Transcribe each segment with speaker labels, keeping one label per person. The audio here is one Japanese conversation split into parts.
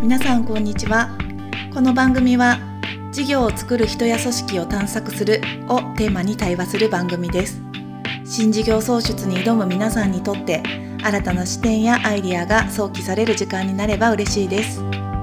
Speaker 1: 皆さんこんにちは。この番組は事業を作る人や組織を探索するをテーマに対話する番組です。新事業創出に挑む皆さんにとって新たな視点やアイディアが想起される時間になれば嬉しいです。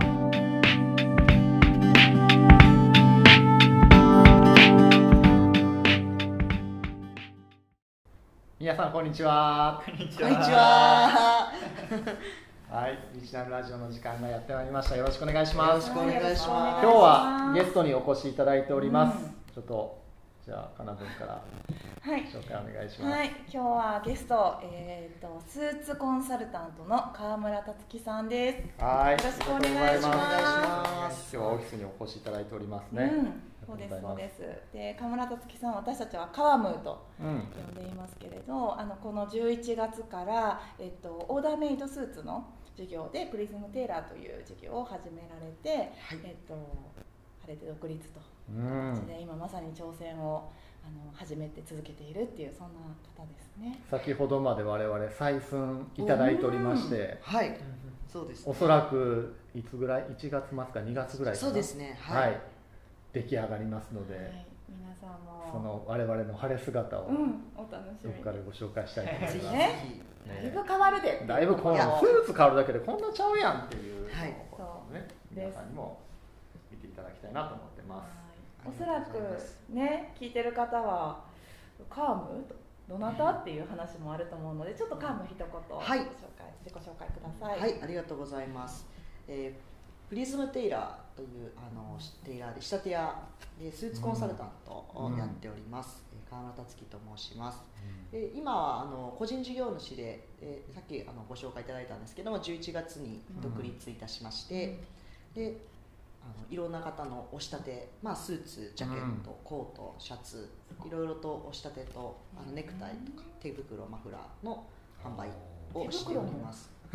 Speaker 2: 皆さんこんにちは。
Speaker 3: こんにちは。
Speaker 2: はい、ミチナルラジオの時間がやってまいりました。よろしくお願いします。
Speaker 3: よろしくお願いします。
Speaker 2: 今日はゲストにお越しいただいております。ちょっとじゃあかなぶんから紹介お願いします。
Speaker 1: はい、今日はゲスト、スーツコンサルタントの川村達樹さんです。
Speaker 2: はい、
Speaker 1: よろしくお願いします。
Speaker 2: 今日はオフィスにお越しいただいておりますね。
Speaker 1: そうですそうです。で、川村達樹さん、私たちはカワムーと呼んでいますけれど、この11月から、オーダーメイドスーツの授業でプリズムテーラーという授業を始められて、晴れて独立という形で今まさに挑戦を始めて続けているっていうそんな方ですね。
Speaker 2: 先ほどまで我々採寸いただいておりまして、
Speaker 3: はい、そうです、ね。
Speaker 2: おそらくいつぐらい1月末か2月ぐらいかな。
Speaker 3: そうですね。
Speaker 2: はい。出来上がりますので、はい、
Speaker 1: 皆さんも
Speaker 2: その我々の晴れ姿を
Speaker 1: お楽しみに
Speaker 2: どこかでご紹介したいと思います。
Speaker 1: だいぶ変わるで。
Speaker 2: だいぶこのスーツ変わるだけでこんなちゃうやんっていうのをね、皆さんにも見ていただきたいなと思ってます。
Speaker 1: おそらくね、聞いてる方はカームどなたっていう話もあると思うので、ちょっとカーム一言自己紹介ください。
Speaker 3: はい、ありがとうございます。プリズムテイラーというテイラーで仕立て屋でスーツコンサルタントをやっております。川村達樹と申します。今は個人事業主で、さっきご紹介いただいたんですけども、11月に独立いたしまして、でいろんな方のお仕立て、スーツ、ジャケット、コート、シャツ、いろいろとお仕立てとネクタイとか手袋、マフラーの販売をしております。
Speaker 2: 手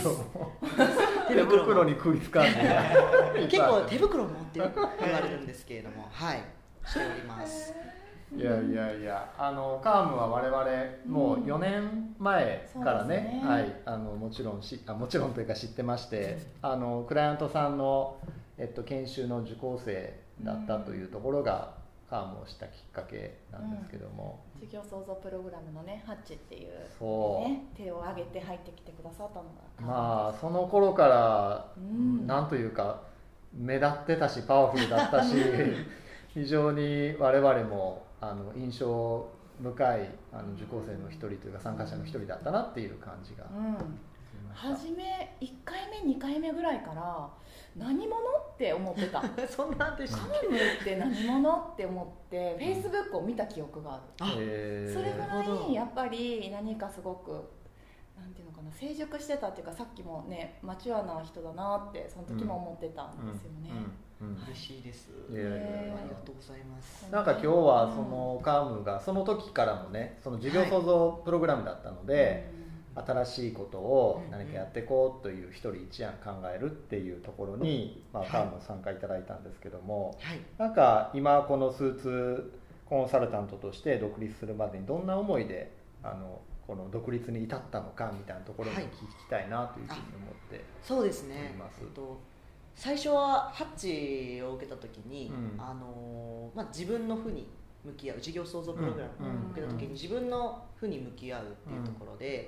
Speaker 2: 袋に食いつかんで
Speaker 3: 結構手袋もって言われるんですけれども、はい、しております。
Speaker 2: いやいやいや、カームは我々もう4年前からね、はい、もちろんというか知ってまして、クライアントさんの研修の受講生だったというところがカームをしたきっかけなんですけども、
Speaker 1: 事業創造プログラムのね、ハッチっていうね、手を挙げて入ってきてくださったのが
Speaker 2: その頃からなんというか目立ってたしパワフルだったし非常に我々も印象深い受講生の一人というか参加者の一人だったなっていう感じが
Speaker 1: 初め1回目2回目ぐらいから何者って思ってた
Speaker 3: そんなんでしたっけ。
Speaker 1: カームって何者って思ってフェイスブックを見た記憶がある。それぐらいやっぱり何かすごくなんていうのかな、成熟してたっていうか、さっきもねマチュアな人だなってその時も思ってたんですよね。
Speaker 3: 嬉しいです。
Speaker 2: ありが
Speaker 3: とうございます。
Speaker 2: なんか今日はそのカームがその時からもね、その事業創造プログラムだったので、新しいことを何かやっていこうという一人一案考えるっていうところに、カーム参加いただいたんですけども、なんか今このスーツコンサルタントとして独立するまでにどんな思いでこの独立に至ったのかみたいなところも聞きたいなというふうに思って
Speaker 3: そうですね。最初はハッチを受けた時に、自分の負に向き合う、事業創造プログラムを受けた時に自分の負に向き合うっていうところで、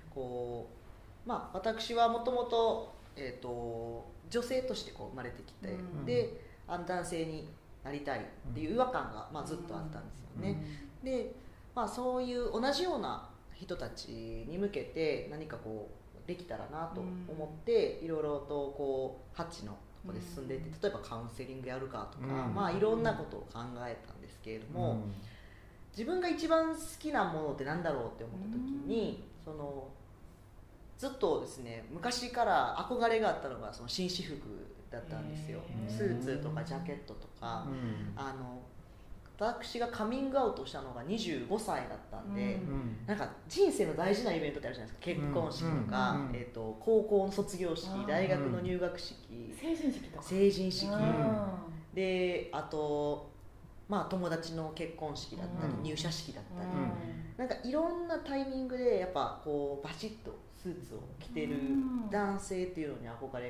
Speaker 3: 私はもともと女性として生まれてきて、で男性になりたいっていう違和感がずっとあったんですよね。で、そういう同じような人たちに向けて何かできたらなと思って、いろいろとハッチのとこで進んでいって、例えばカウンセリングやるかとか、いろんなことを考えたんですけれども、自分が一番好きなものって何だろうって思った時に、ずっとですね、昔から憧れがあったのがその紳士服だったんですよ。スーツとかジャケットとか、私がカミングアウトしたのが25歳だったんで、なんか人生の大事なイベントってあるじゃないですか。結婚式とか、高校の卒業式、大学の入学式、
Speaker 1: 成人式とか、
Speaker 3: 成人式で、あと友達の結婚式だったり、入社式だったり、なんかいろんなタイミングでやっぱバシッとスーツを着てる男性っていうのに憧れがあっ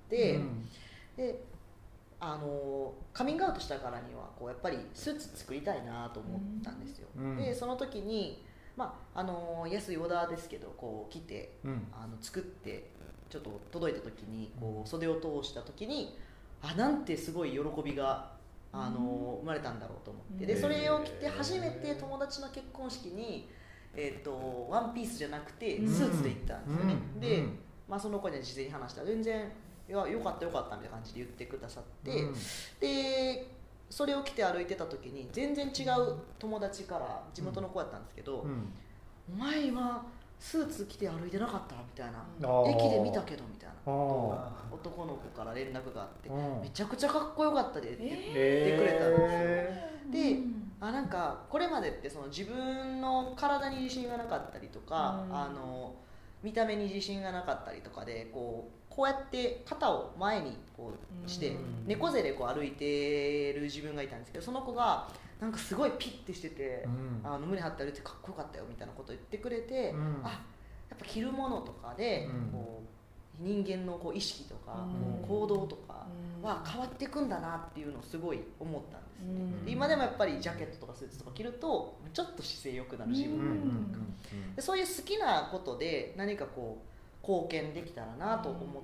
Speaker 3: て、でカミングアウトしたからにはこうやっぱりスーツ作りたいなと思ったんですよ、でその時に、安いオーダーですけどこう来て、作ってちょっと届いた時にこう袖を通した時になんてすごい喜びが生まれたんだろうと思って、でそれを着て初めて友達の結婚式に、ワンピースじゃなくてスーツで行ったんですよね、で、その子には事前に話したら全然いやよかったよかったみたいな感じで言ってくださって、でそれを着て歩いてた時に全然違う友達から地元の子やったんですけど、お前今スーツ着て歩いてなかったみたいな、駅で見たけどみたいな男の子から連絡があって、めちゃくちゃかっこよかったでって言ってくれたんですよ、でなんかこれまでってその自分の体に自信がなかったりとか、見た目に自信がなかったりとかでこうやって肩を前にこうして猫背でこう歩いてる自分がいたんですけど、その子がなんかすごいピッてしてて、胸張って歩いてかっこよかったよみたいなことを言ってくれて、やっぱ着るものとかでこう人間のこう意識とか行動とかは変わっていくんだなっていうのをすごい思ったんですね、で今でもやっぱりジャケットとかスーツとか着るとちょっと姿勢良くなる自分がいるとか、でそういう好きなことで何かこう貢献できたらなと思って、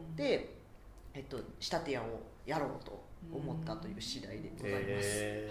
Speaker 3: 仕立て屋をやろうと思ったという次第でございます、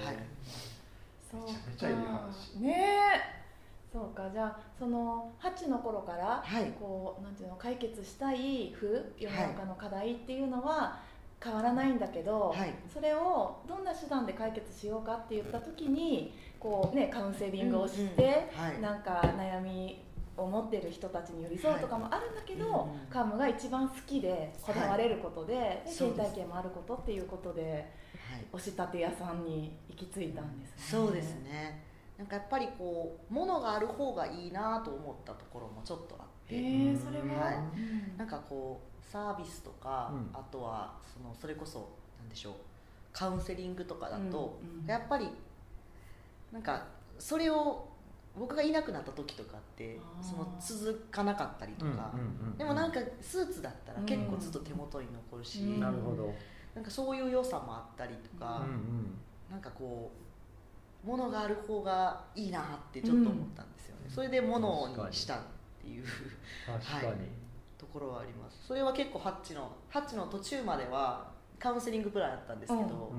Speaker 3: はい、
Speaker 2: めちゃめちゃいい話
Speaker 1: ねえ。そうか、じゃあその8の頃からこう、なんていうの、解決したい世の中の課題っていうのは変わらないんだけど、それをどんな手段で解決しようかって言った時にこう、ね、カウンセリングをして、なんか悩みを持っている人たちに寄り添うとかもあるんだけど、カームが一番好きでこだわれることで、経済圏もあることっていうことで、お仕立て屋さんに行き着いたんですね。
Speaker 3: そうですね。なんかやっぱりこう物がある方がいいなと思ったところもちょっとあって、
Speaker 1: それは、
Speaker 3: なんかこうサービスとか、あとはそれこそなんでしょう、カウンセリングとかだと、やっぱりなんかそれを僕がいなくなった時とかって続かなかったりとか、でもなんかスーツだったら結構ずっと手元に残るし、
Speaker 2: なるほど、
Speaker 3: なんかそういう良さもあったりとか、なんかこう物がある方がいいなってちょっと思ったんですよね、それで物にしたっていう
Speaker 2: 確かに、
Speaker 3: ところはあります。それは結構ハッチの途中まではカウンセリングプランやったんですけど、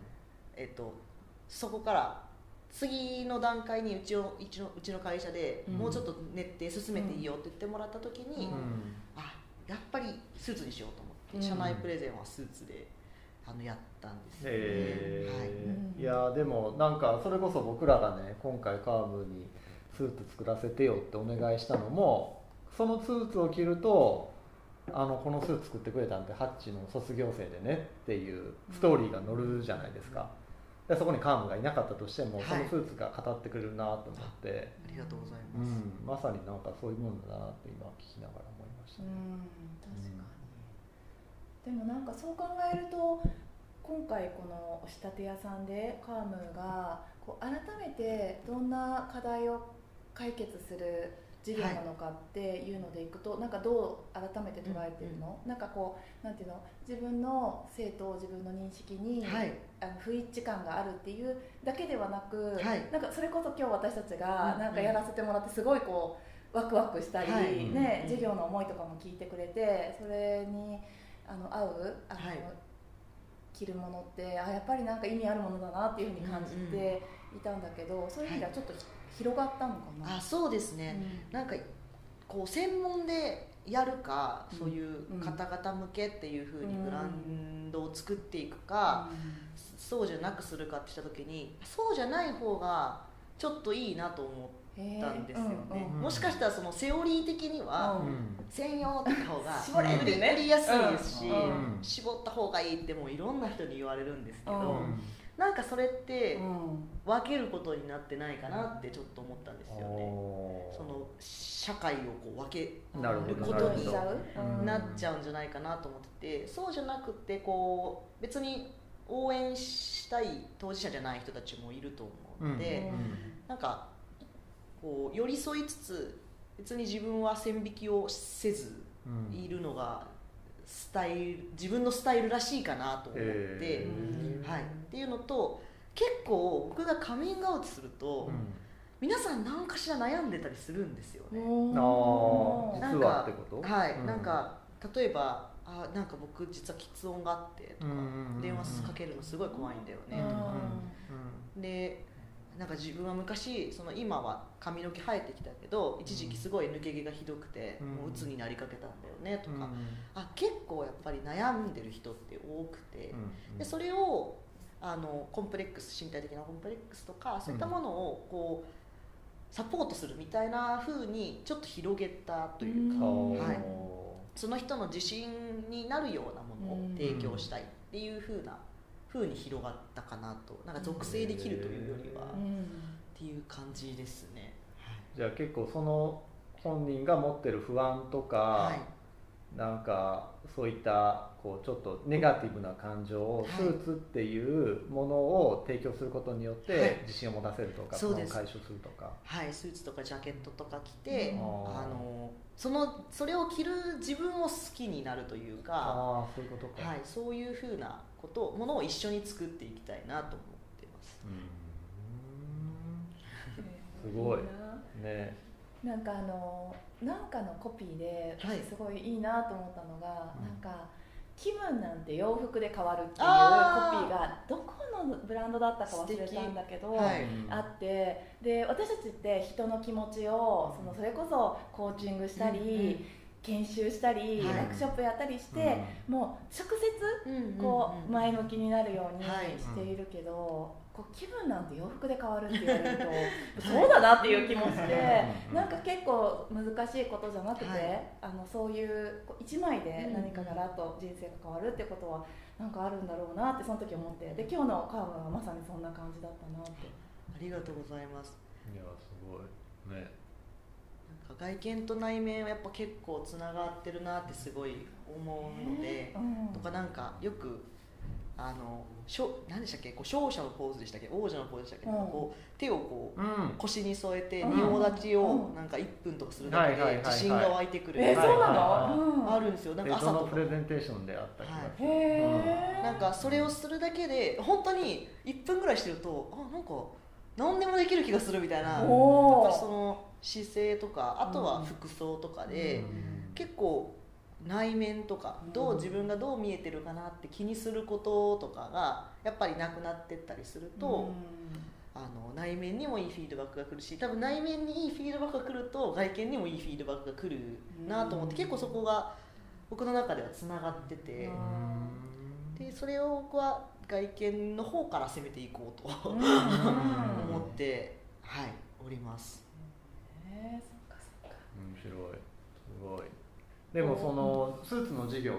Speaker 3: そこから次の段階にうちの会社でもうちょっと練って進めていいよって言ってもらった時に、やっぱりスーツにしようと思って、社内プレゼンはスーツでやったんですよね、
Speaker 2: いやでもなんかそれこそ僕らがね今回カームにスーツ作らせてよってお願いしたのも、そのスーツを着るとこのスーツ作ってくれたんでハッチの卒業生でねっていうストーリーが載るじゃないですか、でそこにカームがいなかったとしても、そのスーツが語ってくれるなと思って、
Speaker 3: ありがとうございます、
Speaker 2: まさになんかそういうもんだなって今聞きながら思いましたね。
Speaker 1: 確かに、でもなんかそう考えると今回この仕立て屋さんでカームがこう改めてどんな課題を解決する事業なのかっていうのでいくと、なんかどう改めて捉えてるの、なんかこうなんていうの、自分の性と自分の認識に、不一致感があるっていうだけではなく、なんかそれこそ今日私たちがなんかやらせてもらってすごいこうワクワクしたり、授業の思いとかも聞いてくれて、それに合う着るものってやっぱりなんか意味あるものだなっていうふうに感じていたんだけど、そういう意味ではちょっと広がったのかな。
Speaker 3: そうですね、なんかこう専門でやるか、そういう方々向けっていうふうにブランドを作っていくか、そうじゃなくするかってした時に、そうじゃない方がちょっといいなと思ったんですよね、もしかしたらそのセオリー的には専用って方が売りやすいですし、絞った方がいいってもういろんな人に言われるんですけど、なんかそれって分けることになってないかなってちょっと思ったんですよね、その社会をこう分けることになっちゃうんじゃないかなと思ってて、そうじゃなくてこう別に応援したい当事者じゃない人たちもいると思うので、なんかこう寄り添いつつ別に自分は線引きをせずいるのがスタイル、自分のスタイルらしいかなと思って、はい、っていうのと、結構僕がカミングアウトすると、皆さん何かしら悩んでたりするんですよね。
Speaker 2: 実はってこと？
Speaker 3: はい、なんか例えばなんか僕実は喫音があってとか、電話かけるのすごい怖いんだよねとか、でなんか自分は昔今は髪の毛生えてきたけど一時期すごい抜け毛がひどくて、もう鬱になりかけたんだよねとか、結構やっぱり悩んでる人って多くて、でそれをコンプレックス、身体的なコンプレックスとかそういったものをこうサポートするみたいな風にちょっと広げたというか、はい、その人の自信になるようなものを提供したいっていう風に広がったかなと。なんか属性できるというよりは、っていう感じですね。
Speaker 2: じゃあ結構その本人が持ってる不安とか、なんかそういったこうちょっとネガティブな感情をスーツっていうものを提供することによって自信を持たせるとか、不安を解消するとか、
Speaker 3: はい、スーツとかジャケットとか着て、それを着る自分を好きになるというか、
Speaker 2: そういうことか、
Speaker 3: はい、そういうふうなものを一緒に作っていきたいなと思ってます。
Speaker 2: すごいね。
Speaker 1: なんかなんかのコピーですごいいいなと思ったのが、なんか気分なんて洋服で変わるっていうコピーがどこのブランドだったか忘れたんだけど、あって、で私たちって人の気持ちをそれこそコーチングしたり、研修したり、ワークショップやったりして、もう直接こう前向きになるようにしているけど、こう気分なんて洋服で変わるって言われるとそうだなっていう気もして、なんか結構難しいことじゃなくて、そういう一枚で何かガラッと人生が変わるってことはなんかあるんだろうなってその時思って、で今日のカームはまさにそんな感じだったなって。
Speaker 3: ありがとうございます。
Speaker 2: いやすごいね。
Speaker 3: なんか外見と内面はやっぱ結構つながってるなってすごい思うので、とかなんかよく何でしたっけ、こう勝者のポーズでしたっけ、王者のポーズでしたっけ、こう手をこう、腰に添えて仁王立ちをなんか1分とかするだけで自信が湧いてくる。
Speaker 1: そうなの？
Speaker 3: あるんですよ。なんか朝とか
Speaker 2: どのプレゼンテーションであった気がす
Speaker 3: る。なんかそれをするだけで本当に1分ぐらいしてると、なんか何でもできる気がするみたいな。やっぱりその姿勢とか、あとは服装とかで結構内面とか自分がどう見えてるかなって気にすることとかがやっぱりなくなってったりすると、内面にもいいフィードバックが来るし、多分内面にいいフィードバックが来ると外見にもいいフィードバックが来るなと思って、結構そこが僕の中ではつながってて、でそれを僕は外見の方から攻めていこうと思って、はい、おります。
Speaker 1: そっかそっか。
Speaker 2: 面白い、すごい。でもそのスーツの授業って、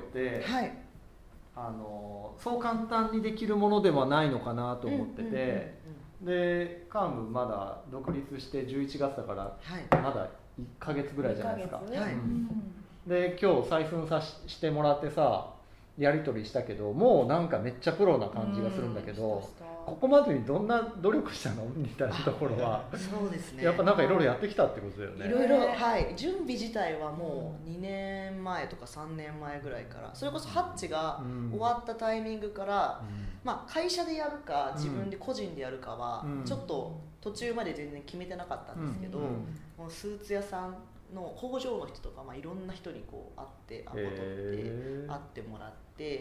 Speaker 2: そう簡単にできるものではないのかなと思ってて、でカームまだ独立して11月だから、まだ1ヶ月ぐらいじゃないですか。で今日採寸してもらってさ、やり取りしたけど、もうなんかめっちゃプロな感じがするんだけど、ここまでにどんな努力したのみたいなところは
Speaker 3: そうですね、
Speaker 2: やっぱなんかいろいろやってきたってことだよね。
Speaker 3: いろいろ、はい、準備自体はもう2年前とか3年前ぐらいから、それこそハッチが終わったタイミングから、会社でやるか自分で個人でやるかはちょっと途中まで全然決めてなかったんですけど、もうスーツ屋さんの工場の人とか、いろんな人にこう会って会ってもらって、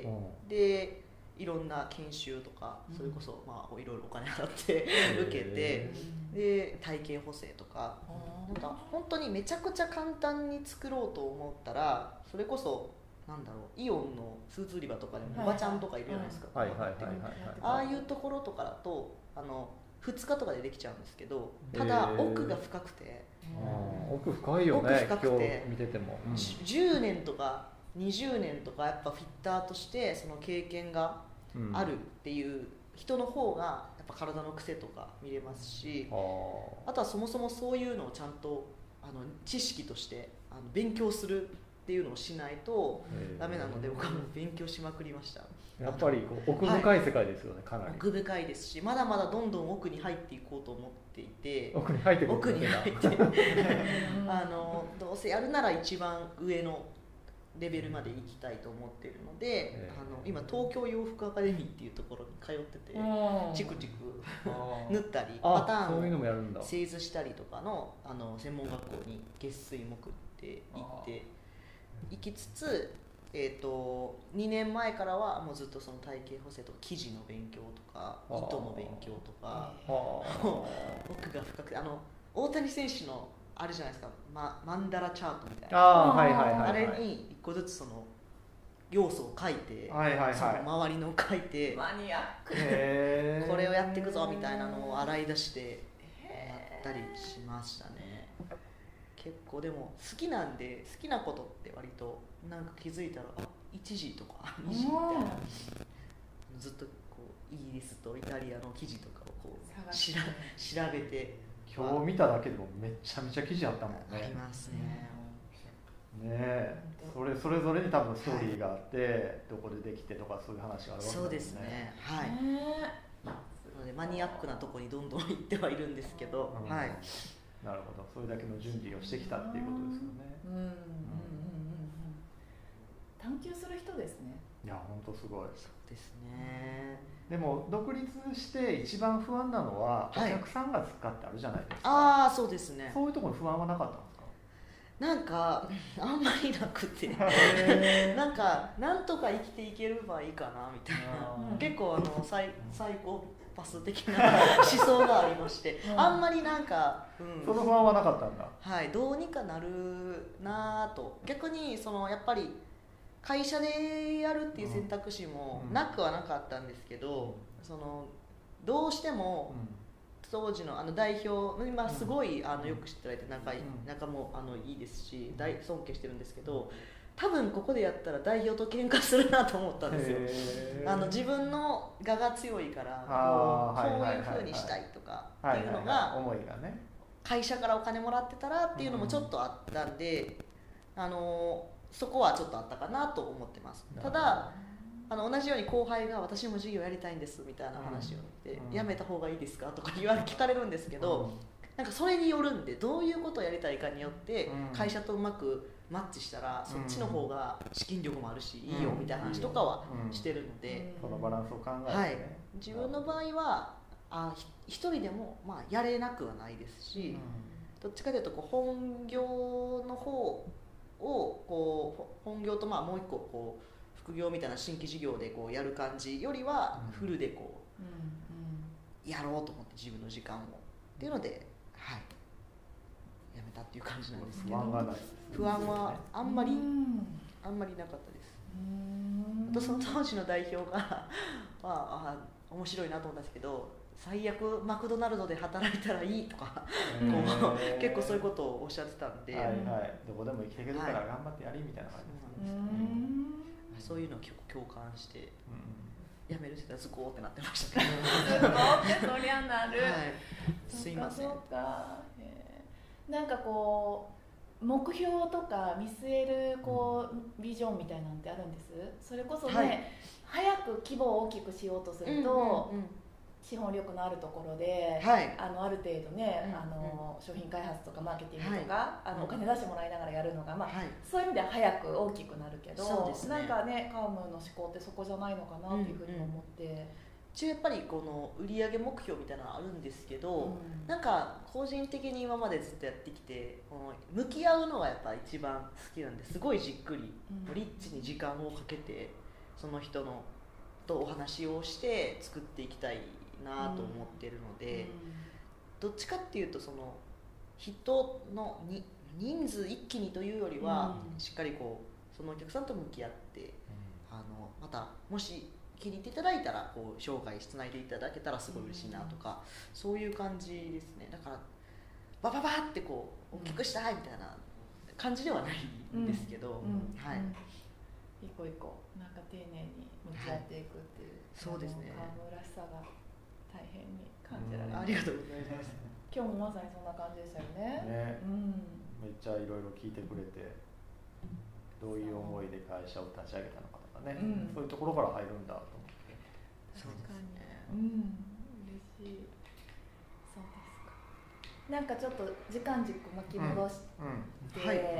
Speaker 3: でいろんな研修とか、それこそいろいろお金払って受けて、で体型補正とか、なんか本当にめちゃくちゃ簡単に作ろうと思ったら、それこそなんだろう、イオンのスーツ売り場とかでもおばちゃんとかいるじゃないですか。ああいうところとかだと2日とかでできちゃうんですけど、ただ奥が深くて、
Speaker 2: 奥深いよね。奥深くて見てても、
Speaker 3: 10年とか20年とかやっぱフィッターとしてその経験があるっていう人の方がやっぱ体の癖とか見れますし、あとはそもそもそういうのをちゃんと知識として勉強するっていうのをしないとダメなので、僕はもう勉強しまくりました。
Speaker 2: やっぱり奥深い世界ですよね、かなり
Speaker 3: 奥深いですし、まだまだどんどん奥に入っていこうと思っていて、
Speaker 2: 奥に入って
Speaker 3: どうせやるなら一番上のレベルまで行きたいと思っているので、今東京洋服アカデミーっていうところに通ってて、チクチク縫ったりパターンを製図したりとかの専門学校に月水木って行きつつ、2年前からはもうずっとその体型補正とか生地の勉強とか糸の勉強とか奥が深くて、大谷選手のあれじゃないですか、マンダラチャートみたいな、あれに一個ずつその要素を書いて、その周りのを書いて、
Speaker 1: マニアック
Speaker 3: これをやっていくぞみたいなのを洗い出してやったりしましたね。結構でも好きなんで、好きなことって割となんか気づいたら1時とか2時みたいな、ずっとこうイギリスとイタリアの記事とかをこう調べて、
Speaker 2: 今日見ただけでもめちゃめちゃ記事あったもんね。
Speaker 3: ありますね。
Speaker 2: それぞれに多分ストーリーがあって、どこでできてとかそういう話があるわけですね。
Speaker 3: そうですね。はい。なのでマニアックなところにどんどん行ってはいるんですけど、はい。
Speaker 2: なるほど。それだけの準備をしてきたっていうことですよね。
Speaker 1: 探求する人ですね。
Speaker 2: いや本当すごい。
Speaker 3: そうですね。
Speaker 2: でも独立して一番不安なのはお客さんがつくかってあるじゃないですか。
Speaker 3: ああ、そうですね。
Speaker 2: そういうところに不安はなかったんですか？
Speaker 3: なんかあんまりなくてなんとか生きていければいいかなみたいな、結構サイコパス的な思想がありましてあんまりなんか、
Speaker 2: その不安はなかったんだ。
Speaker 3: はい、どうにかなるなと。逆にそのやっぱり会社でやるっていう選択肢もなくはなかったんですけど、そのどうしても、当時の代表、今すごいよく知ってられて仲もいいですし大尊敬してるんですけど、多分ここでやったら代表と喧嘩するなと思ったんですよ。自分の我が強いからこういう風にしたいとかっていうのが
Speaker 2: 思いがね、
Speaker 3: 会社からお金もらってたらっていうのもちょっとあったんで、そこはちょっとあったかなと思ってます。ただ同じように後輩が私も授業やりたいんですみたいな話を言って、やめた方がいいですかとか聞かれるんですけど、なんかそれによるんで、どういうことをやりたいかによって会社とうまくマッチしたらそっちの方が資金力もあるしいいよみたいな話とかはしてるので、
Speaker 2: そのバランスを考えてね、
Speaker 3: 自分の場合は一人でもやれなくはないですし、どっちかというと本業の方を本業ともう一個副業みたいな新規事業でやる感じよりはフルでやろうと思って自分の時間をっていうので、やめたっていう感じなんですけど、不安はあんまりなかったです。あとその当時の代表が面白いなと思ったんですけど、最悪マクドナルドで働いたらいいとか結構そういうことをおっしゃってたんで、
Speaker 2: どこでも生きていけるから頑張ってやりみたいな感じですね。
Speaker 3: そういうのを結構共感して、やめるって言ったらズコーってなってましたけど
Speaker 1: ズコーってそりゃなる、
Speaker 3: すいません。
Speaker 1: なんか目標とか見据えるビジョンみたいなのってあるんです？それこそね、早く規模を大きくしようとすると、資本力のあるところで、ある程度ね、商品開発とかマーケティングとか、お金出してもらいながらやるのが、そういう意味では早く大きくなるけど、なんかね、カームの思考ってそこじゃないのかなっていうふうに思って、
Speaker 3: 一応やっぱりこの売上目標みたいなのあるんですけど、なんか個人的に今までずっとやってきて、向き合うのがやっぱ一番好きなんで、すごいじっくり、リッチに時間をかけてその人とお話をして作っていきたいなと思ってるので、どっちかっていうとその人の人数一気にというよりは、しっかりそのお客さんと向き合って、またもし気に入っていただいたら生涯つないでいただけたらすごい嬉しいなとか、そういう感じですね。だからバババって大きくしたいみたいな感じではないんですけど、
Speaker 1: 一個一個なんか丁寧に向き合っていくっていう、
Speaker 3: そうですね、
Speaker 1: カームらしさが大変に感じられます。
Speaker 3: ありがとうございます。
Speaker 1: 今日もまさにそんな感じでしたよね。
Speaker 2: めっちゃいろいろ聞いてくれて、どういう思いで会社を立ち上げたのかとかね、そういうところから入るんだと思って。
Speaker 3: そうですね。
Speaker 1: 嬉しい。そうですか。なんかちょっと時間軸巻き戻して、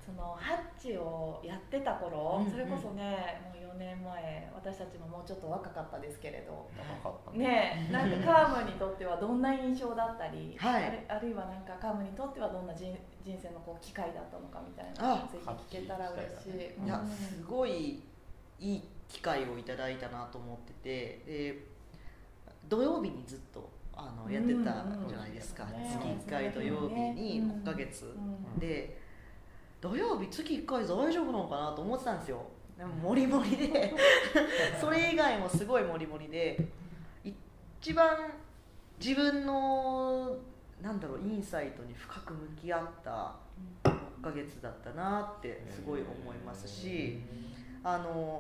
Speaker 1: そのハッチをやってた頃、
Speaker 3: うんうん、
Speaker 1: それこそねもう4年前、私たちももうちょっと若かったですけれど、
Speaker 2: 若かった
Speaker 1: ね、なんかカームにとってはどんな印象だったり、
Speaker 3: はい、
Speaker 1: あるいはなんかカームにとってはどんな人生のこう機会だったのかみたいな、ぜひ聞けたら嬉しい。
Speaker 3: いや、すごいいい機会をいただいたなと思ってて、で土曜日にずっとやってたじゃないですか、月1回土曜日に6ヶ月、で土曜日月1回大丈夫なのかなと思ってたんですよ。でもモリモリでそれ以外もすごいモリモリで、一番自分のなんだろうインサイトに深く向き合った6ヶ月だったなってすごい思いますし、ま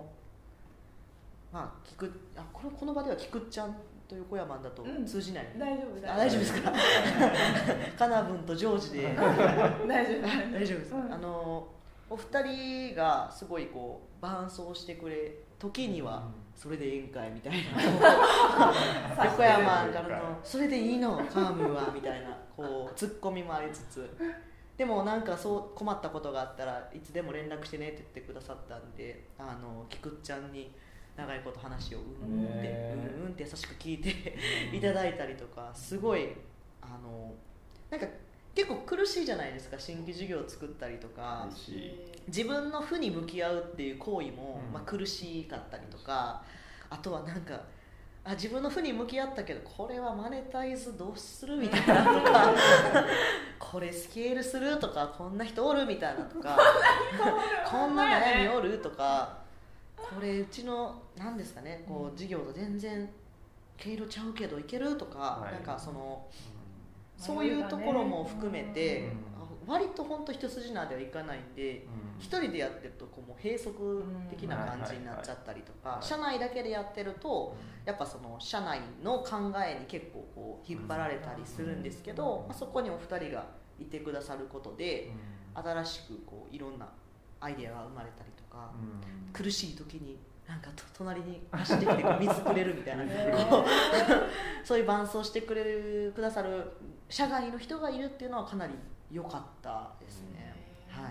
Speaker 3: あこの場では菊ちゃんと横山だと通じない、
Speaker 1: 大丈夫
Speaker 3: 大丈夫ですかかなぶんとジョージで
Speaker 1: 大丈夫
Speaker 3: です、お二人がすごいこう伴走してくれ、時にはそれでええんかいみたいな横山からのそれでいいのカームはみたいなこうツッコミもありつつ、でもなんかそう困ったことがあったらいつでも連絡してねって言ってくださったんで、菊ちゃんに長いこと話をうんって優しく聞いていただいたりとか、すごいなんか結構苦しいじゃないですか、新規事業を作ったりとか自分の負に向き合うっていう行為も、まあ、苦しかったりとか、あとはなんか自分の負に向き合ったけどこれはマネタイズどうするみたいなとかこれスケールするとか、こんな人おるみたいなとかこんな悩みおるとか、これうちの何ですかね、こう事業と全然毛色ちゃうけどいけるとか、なんかそういうところも含めて、割と本当一筋縄ではいかないんで、一人でやってるとこうもう閉塞的な感じになっちゃったりとか、社内だけでやってるとやっぱその社内の考えに結構こう引っ張られたりするんですけど、そこにお二人がいてくださることで、新しくこういろんなアイデアが生まれたりとか、苦しい時になんか隣に走ってきて水くれるみたいなそういう伴走してくださる社外の人がいるっていうのはかなり良かったですね。はい、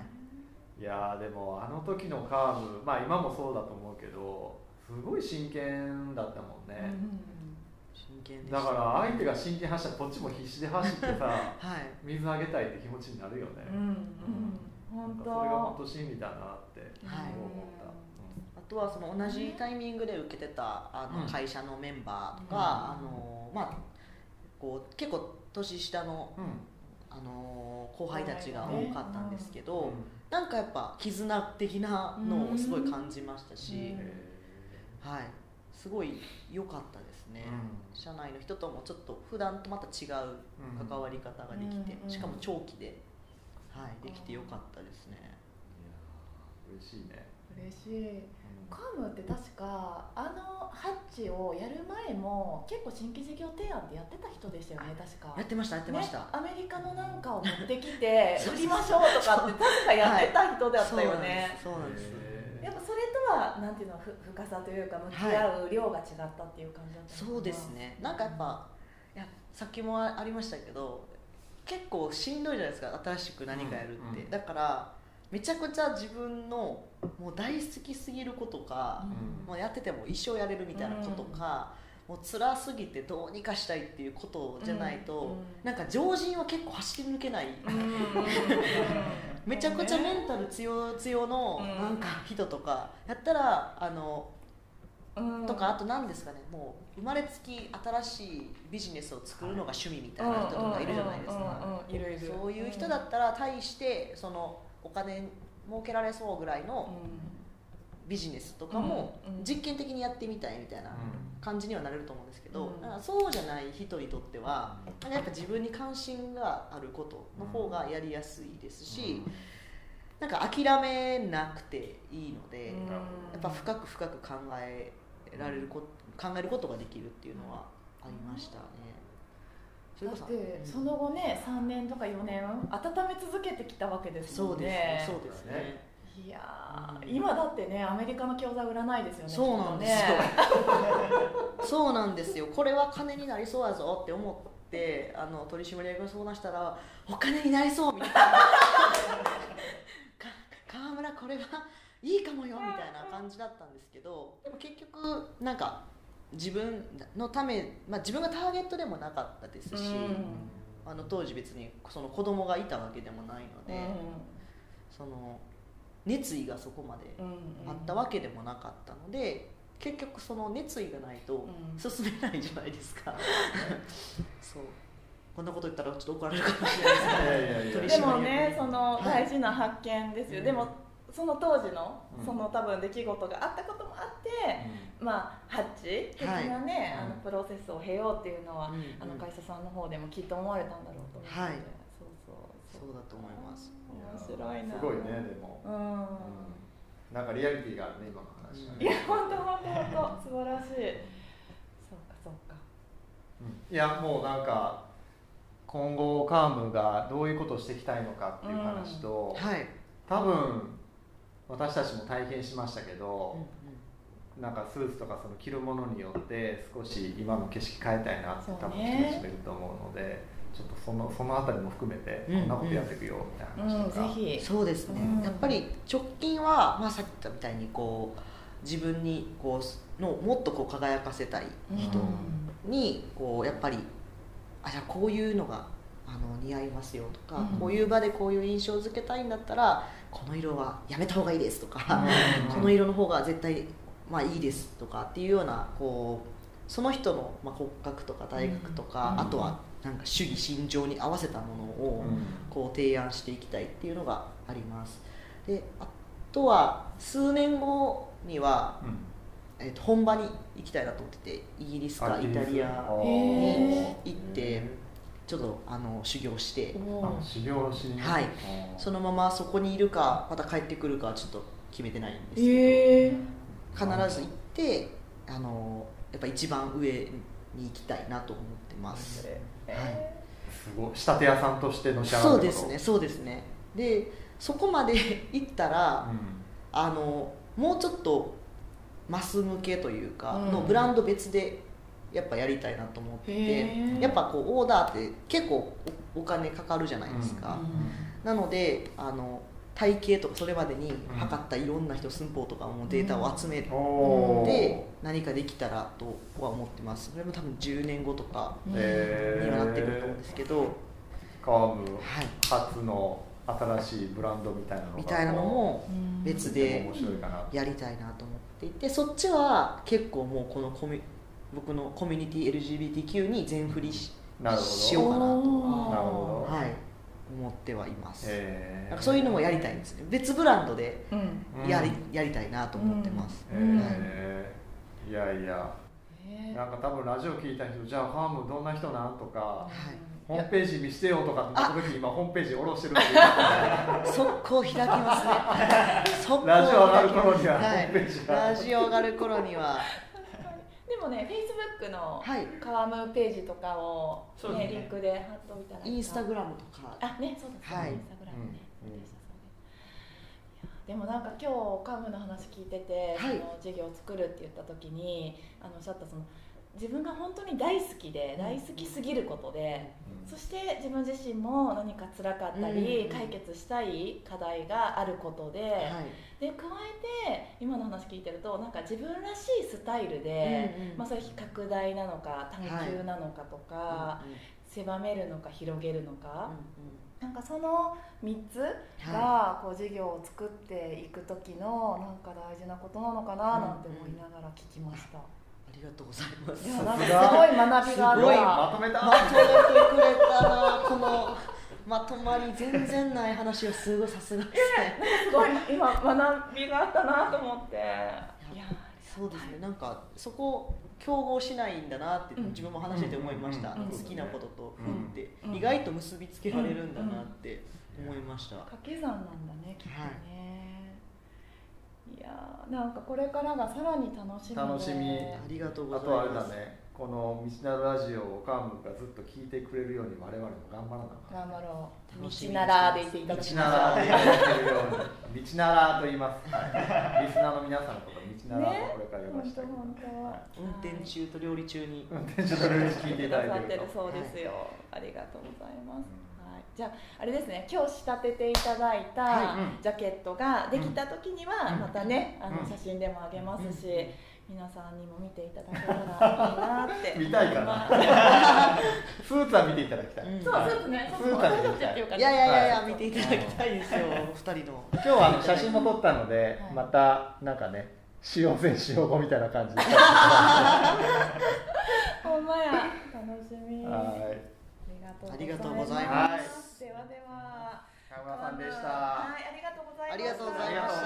Speaker 2: いやでもあの時のカーム、まあ今もそうだと思うけどすごい真剣だったもんね。
Speaker 3: 真剣でした。
Speaker 2: だから相手が真剣走ったらこっちも必死で走ってさ、
Speaker 3: はい、
Speaker 2: 水あげたいって気持ちになるよね。
Speaker 1: 本当
Speaker 2: それが本当真理だなって思った。
Speaker 3: あとはその同じタイミングで受けてた会社のメンバーとか、まあこう結構年下の、後輩たちが多かったんですけど、なんかやっぱ絆的なのをすごい感じましたし、はい、すごい良かったですね。社内の人ともちょっと普段とまた違う関わり方ができて、しかも長期で、はい、できて良かったですね。
Speaker 2: いや嬉しいね。
Speaker 1: 嬉しい。カムって確かハッチをやる前も結構新規事業提案ってやってた人でしたよね。確か
Speaker 3: やってましたね、
Speaker 1: アメリカのなんかを持ってきて売りましょうとかって確かやってた人だったよね。
Speaker 3: そうなんです。
Speaker 1: やっぱそれとはなんていうの深さというか向き合う量が違ったっていう感じだったのかな。
Speaker 3: そうですね。なんかやっぱさっきもありましたけど、結構しんどいじゃないですか、新しく何かやるって。だからめちゃくちゃ自分のもう大好きすぎることか、もうやってても一生やれるみたいなことか、もう辛すぎてどうにかしたいっていうことじゃないと、なんか常人は結構走り抜けない、めちゃくちゃメンタル強のなんか人とかやったらとか、あと何ですかね、もう生まれつき新しいビジネスを作るのが趣味みたいな人とかいるじゃないですか。そういう人だったら対してそのお金儲けられそうぐらいのビジネスとかも実験的にやってみたいみたいな感じにはなれると思うんですけど、そうじゃない人にとってはやっぱ自分に関心があることの方がやりやすいですし、なんか諦めなくていいので、やっぱ深く考えることができるっていうのはありましたね。
Speaker 1: だってその後ね、3年とか4年温め続けてきたわけですもんね。
Speaker 3: そうですね。
Speaker 1: いや今だってね、アメリカの教材売らないですよね。
Speaker 3: そうなんですよ。そうなんですよ。これは金になりそうやぞって思って取締役が相談したらお金になりそうみたいなこれはいいかもよみたいな感じだったんですけど、でも結局なんか自分のため、自分がターゲットでもなかったですし、当時別にその子供がいたわけでもないので、その熱意がそこまであったわけでもなかったので、結局その熱意がないと進めないじゃないですか。そう、こんなこと言ったらちょっと怒られるかもしれないですけど、
Speaker 1: でもね、その大事な発見ですよ。でもその当時のその多分出来事があったこともあって、ハッチ的なね、プロセスを経ようっていうのは、会社さんの方でもきっと思われたんだろうと思うので、
Speaker 3: そうだと思います。
Speaker 1: 面白いな。
Speaker 2: すごいね。でもなんかリアリティがあるね、今の話は。
Speaker 1: いや本当素晴らしい。そうか。
Speaker 2: いやもうなんか今後カームがどういうことをしていきたいのかっていう話と、多分私たちも体験しましたけど、なんかスーツとかその着るものによって少し今の景色変えたいなって多分気持ちもいると思うので、ちょっとそのあたりも含めてこんなことやっていくよみたいな話とか、
Speaker 1: ぜひ。
Speaker 3: そうですね、やっぱり直近は、さっき言ったみたいにこう自分にこうのもっとこう輝かせたい人にこうやっぱりじゃあこういうのが似合いますよとか、こういう場でこういう印象付けたいんだったらこの色はやめた方がいいですとか、この色の方が絶対いいですとかっていうようなこうその人の骨格とか体格とか、あとはなんか主義心情に合わせたものをこう提案していきたいっていうのがあります。であとは数年後には、本場に行きたいなと思ってて、イギリスかイタリアに行ってちょっと修行して、
Speaker 2: 修行しに、
Speaker 3: そのままそこにいるかまた帰ってくるかはちょっと決めてないんですけど、必ず行ってやっぱ一番上に行きたいなと思ってます。
Speaker 2: すごい仕立て屋さんとしての仕上がり。
Speaker 3: そうですね。でそこまで行ったら、もうちょっとマス向けというかのブランド別でやっぱやりたいなと思ってて、やっぱこうオーダーって結構お金かかるじゃないですか。なので体型とかそれまでに測ったいろんな人寸法とかもデータを集めて何かできたらとは思ってます。それも多分10年後とかにはなってくると思うんですけど、
Speaker 2: カーム初の新しいブランドみたいなのも
Speaker 3: 別でやりたいなと思っていて、そっちは結構もうこの僕のコミュニティ LGBTQ に全振り しようかなと思ってはいます。なんかそういうのもやりたいんですね。別ブランドでやりたいなと思ってます。
Speaker 2: いやなんか多分ラジオ聞いた人、じゃあファームどんな人なんとか、ホームページ見せてよとかって言った時に今ホームページ下ろしてるっていう
Speaker 3: 速攻開きますね。
Speaker 2: ラジオ上がる頃にはホームページが、
Speaker 3: ラジオ上がる頃には。
Speaker 1: でもね、Facebook のカワムページとかを、リンクで貼っておいたら、
Speaker 3: インスタグラムとか、
Speaker 1: そうですね、インスタグラムね、でもなんか今日カムの話聞いてて、その事業を作るって言った時におっしゃったその自分が本当に大好きで大好きすぎることで、そして自分自身も何か辛かったり、解決したい課題があることで、で加えて今の話聞いてるとなんか自分らしいスタイルで、それ拡大なのか探求なのかとか、狭めるのか広げるのか、なんかその3つがこう事業を作っていく時のなんか大事なことなのかななんて思いながら聞きました。
Speaker 3: ありがとうございます。
Speaker 1: いやなんかすごい学びがあった。
Speaker 2: まとめて
Speaker 3: くれたな。このまとまり全然ない話をすごいさすがですね。
Speaker 1: すごい今学びがあったなと思って。いや
Speaker 3: そうですね。なんかそこ競合しないんだなって自分も話してて思いました。好きなこととって意外と結びつけられるんだなって思いました。
Speaker 1: 掛け算なんだねきっとね。いやなんかこれからがさらに楽しみで。
Speaker 3: ありがとうございます。
Speaker 2: あとはあれだね、この道なるラジオをカームがずっと聞いてくれるように我々も頑張らなかった。
Speaker 1: 頑張ろう。道ならで言っていただきました。
Speaker 2: 道ならで言ってるように道ならと言います。リスナーの皆さんのこと道ならとこれから呼ばせていただきます。
Speaker 3: 運転中と料理中に
Speaker 2: 聞いていただいてると。
Speaker 1: そうですよ。ありがとうございます。はい。 じゃああれですね、今日仕立てていただいたジャケットができた時にはまたね、写真でもあげますし、皆さんにも見ていただけたらいいなって
Speaker 2: 見たいかなスーツは見ていただきたい、
Speaker 1: そう、スーツね、
Speaker 2: スーツは見ていただきたい。
Speaker 3: いや見ていただきたいですよ、2人の。
Speaker 2: 今日は写真も撮ったので、またなんかね、使用前使用後みたいな感じで
Speaker 1: ほんまや、楽しみ。
Speaker 2: はい、
Speaker 3: ありがとうございます。
Speaker 1: ではでは、
Speaker 2: 川村さんでした。
Speaker 1: はい、ありがとうございました。
Speaker 3: ありがとうございました。